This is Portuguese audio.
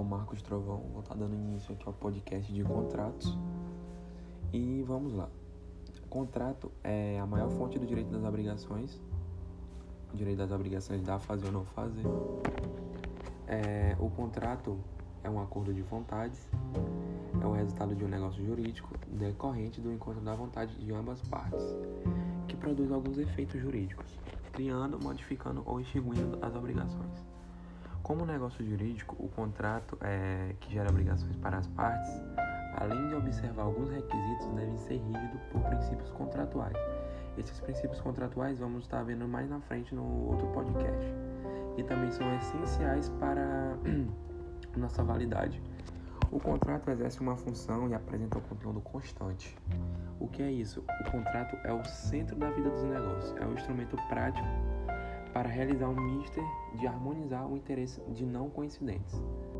sou Marcos Trovão, vou estar dando início aqui ao podcast de contratos. E vamos lá. Contrato é a maior fonte do direito das obrigações. O direito das obrigações da fazer ou não fazer. O contrato é um acordo de vontades, é o resultado de um negócio jurídico decorrente do encontro da vontade de ambas partes, que produz alguns efeitos jurídicos, criando, modificando ou extinguindo as obrigações. Como negócio jurídico, o contrato que gera obrigações para as partes, além de observar alguns requisitos, deve ser rígido por princípios contratuais. Esses princípios contratuais vamos estar vendo mais na frente no outro podcast. E também são essenciais para nossa validade. O contrato exerce uma função e apresenta um conteúdo constante. O que é isso? O contrato é o centro da vida dos negócios, é um instrumento prático para realizar um mister de harmonizar o interesse de não coincidentes.